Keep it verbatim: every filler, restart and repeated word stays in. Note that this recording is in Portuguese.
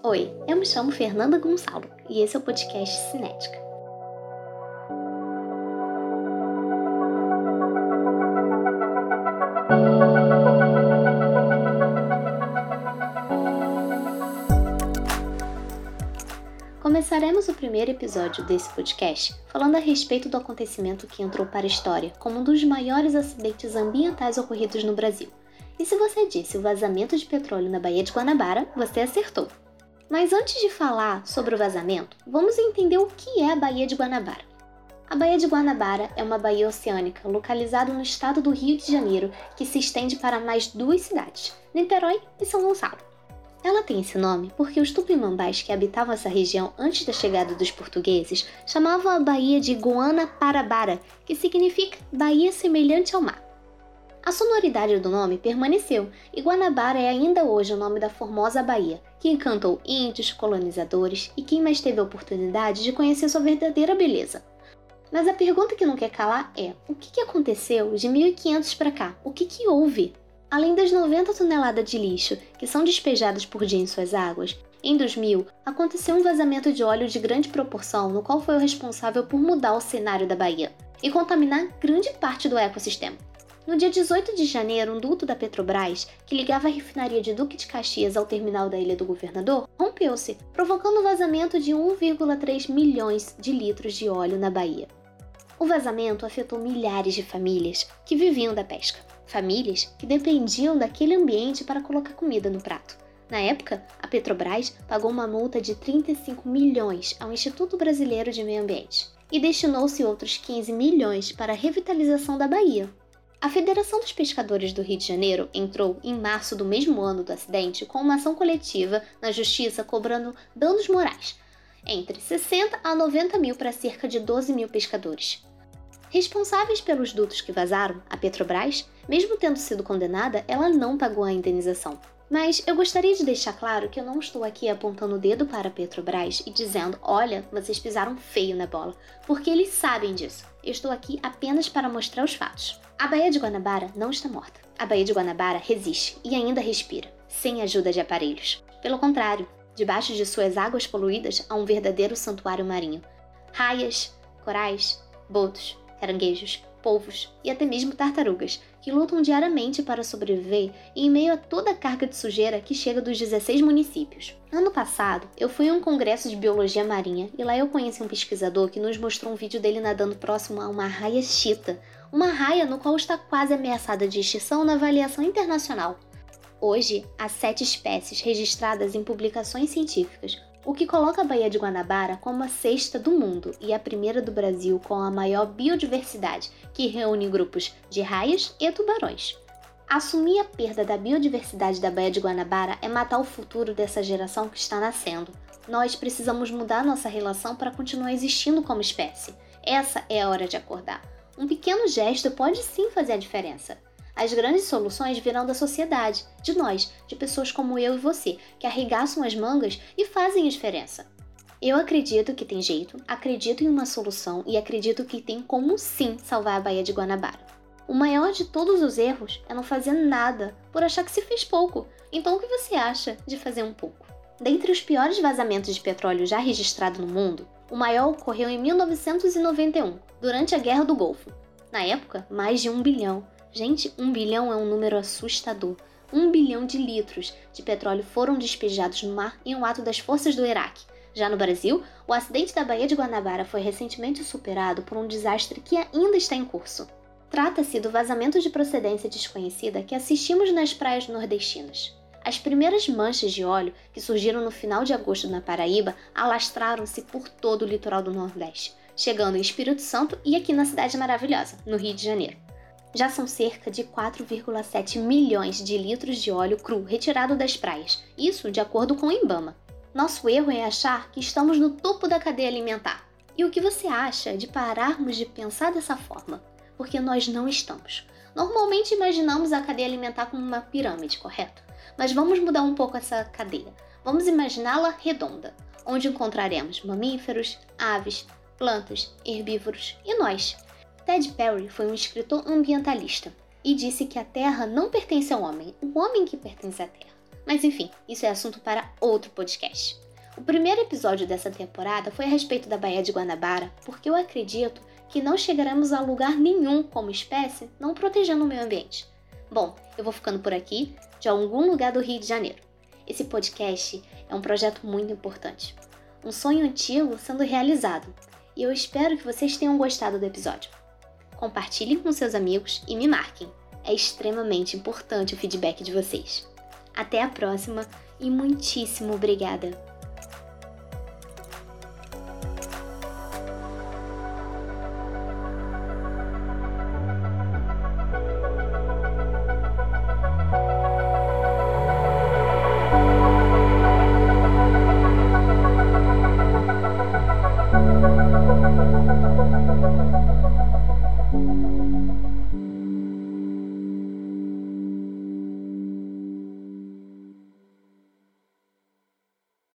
Oi, eu me chamo Fernanda Gonçalo e esse é o podcast Cinética. Começaremos o primeiro episódio desse podcast falando a respeito do acontecimento que entrou para a história como um dos maiores acidentes ambientais ocorridos no Brasil. E se você disse o vazamento de petróleo na Baía de Guanabara, você acertou. Mas antes de falar sobre o vazamento, vamos entender o que é a Baía de Guanabara. A Baía de Guanabara é uma baía oceânica localizada no estado do Rio de Janeiro que se estende para mais duas cidades, Niterói e São Gonçalo. Ela tem esse nome porque os tupinambás que habitavam essa região antes da chegada dos portugueses chamavam a baía de Guanaparabara, que significa baía semelhante ao mar. A sonoridade do nome permaneceu e Guanabara é ainda hoje o nome da formosa baía, que encantou índios, colonizadores e quem mais teve a oportunidade de conhecer sua verdadeira beleza. Mas a pergunta que não quer calar é, o que que aconteceu de mil e quinhentos para cá? O que que houve? Além das noventa toneladas de lixo que são despejadas por dia em suas águas, em dois mil aconteceu um vazamento de óleo de grande proporção no qual foi o responsável por mudar o cenário da baía e contaminar grande parte do ecossistema. No dia dezoito de janeiro, um duto da Petrobras, que ligava a refinaria de Duque de Caxias ao terminal da Ilha do Governador, rompeu-se, provocando o vazamento de um vírgula três milhões de litros de óleo na baía. O vazamento afetou milhares de famílias que viviam da pesca. Famílias que dependiam daquele ambiente para colocar comida no prato. Na época, a Petrobras pagou uma multa de trinta e cinco milhões ao Instituto Brasileiro de Meio Ambiente e destinou-se outros quinze milhões para a revitalização da baía. A Federação dos Pescadores do Rio de Janeiro entrou, em março do mesmo ano do acidente, com uma ação coletiva na Justiça cobrando danos morais, entre sessenta a noventa mil para cerca de doze mil pescadores. Responsáveis pelos dutos que vazaram, a Petrobras, mesmo tendo sido condenada, ela não pagou a indenização. Mas eu gostaria de deixar claro que eu não estou aqui apontando o dedo para a Petrobras e dizendo, olha, vocês pisaram feio na bola, porque eles sabem disso. Eu estou aqui apenas para mostrar os fatos. A Baía de Guanabara não está morta. A Baía de Guanabara resiste e ainda respira, sem ajuda de aparelhos. Pelo contrário, debaixo de suas águas poluídas há um verdadeiro santuário marinho. Raias, corais, botos, caranguejos, polvos e até mesmo tartarugas, que lutam diariamente para sobreviver em meio a toda a carga de sujeira que chega dos dezesseis municípios. Ano passado, eu fui a um congresso de biologia marinha e lá eu conheci um pesquisador que nos mostrou um vídeo dele nadando próximo a uma raia chita, uma raia no qual está quase ameaçada de extinção na avaliação internacional. Hoje, há sete espécies registradas em publicações científicas, o que coloca a Baía de Guanabara como a sexta do mundo e a primeira do Brasil com a maior biodiversidade, que reúne grupos de raias e tubarões. Assumir a perda da biodiversidade da Baía de Guanabara é matar o futuro dessa geração que está nascendo. Nós precisamos mudar nossa relação para continuar existindo como espécie. Essa é a hora de acordar. Um pequeno gesto pode sim fazer a diferença. As grandes soluções virão da sociedade, de nós, de pessoas como eu e você, que arregaçam as mangas e fazem a diferença. Eu acredito que tem jeito, acredito em uma solução e acredito que tem como sim salvar a Baía de Guanabara. O maior de todos os erros é não fazer nada por achar que se fez pouco. Então o que você acha de fazer um pouco? Dentre os piores vazamentos de petróleo já registrados no mundo, o maior ocorreu em mil novecentos e noventa e um, durante a Guerra do Golfo. Na época, mais de um bilhão. Gente, um bilhão é um número assustador. Um bilhão de litros de petróleo foram despejados no mar em um ato das forças do Iraque. Já no Brasil, o acidente da Baía de Guanabara foi recentemente superado por um desastre que ainda está em curso. Trata-se do vazamento de procedência desconhecida que assistimos nas praias nordestinas. As primeiras manchas de óleo que surgiram no final de agosto na Paraíba alastraram-se por todo o litoral do Nordeste, chegando em Espírito Santo e aqui na cidade maravilhosa, no Rio de Janeiro. Já são cerca de quatro vírgula sete milhões de litros de óleo cru retirado das praias, isso de acordo com o IBAMA. Nosso erro é achar que estamos no topo da cadeia alimentar. E o que você acha de pararmos de pensar dessa forma? Porque nós não estamos. Normalmente imaginamos a cadeia alimentar como uma pirâmide, correto? Mas vamos mudar um pouco essa cadeia. Vamos imaginá-la redonda, onde encontraremos mamíferos, aves, plantas, herbívoros e nós. Ted Perry foi um escritor ambientalista e disse que a Terra não pertence ao homem, o homem que pertence à Terra. Mas enfim, isso é assunto para outro podcast. O primeiro episódio dessa temporada foi a respeito da Baía de Guanabara, porque eu acredito que não chegaremos a lugar nenhum como espécie não protegendo o meio ambiente. Bom, eu vou ficando por aqui, de algum lugar do Rio de Janeiro. Esse podcast é um projeto muito importante, um sonho antigo sendo realizado, e eu espero que vocês tenham gostado do episódio. Compartilhem com seus amigos e me marquem. É extremamente importante o feedback de vocês. Até a próxima e muitíssimo obrigada!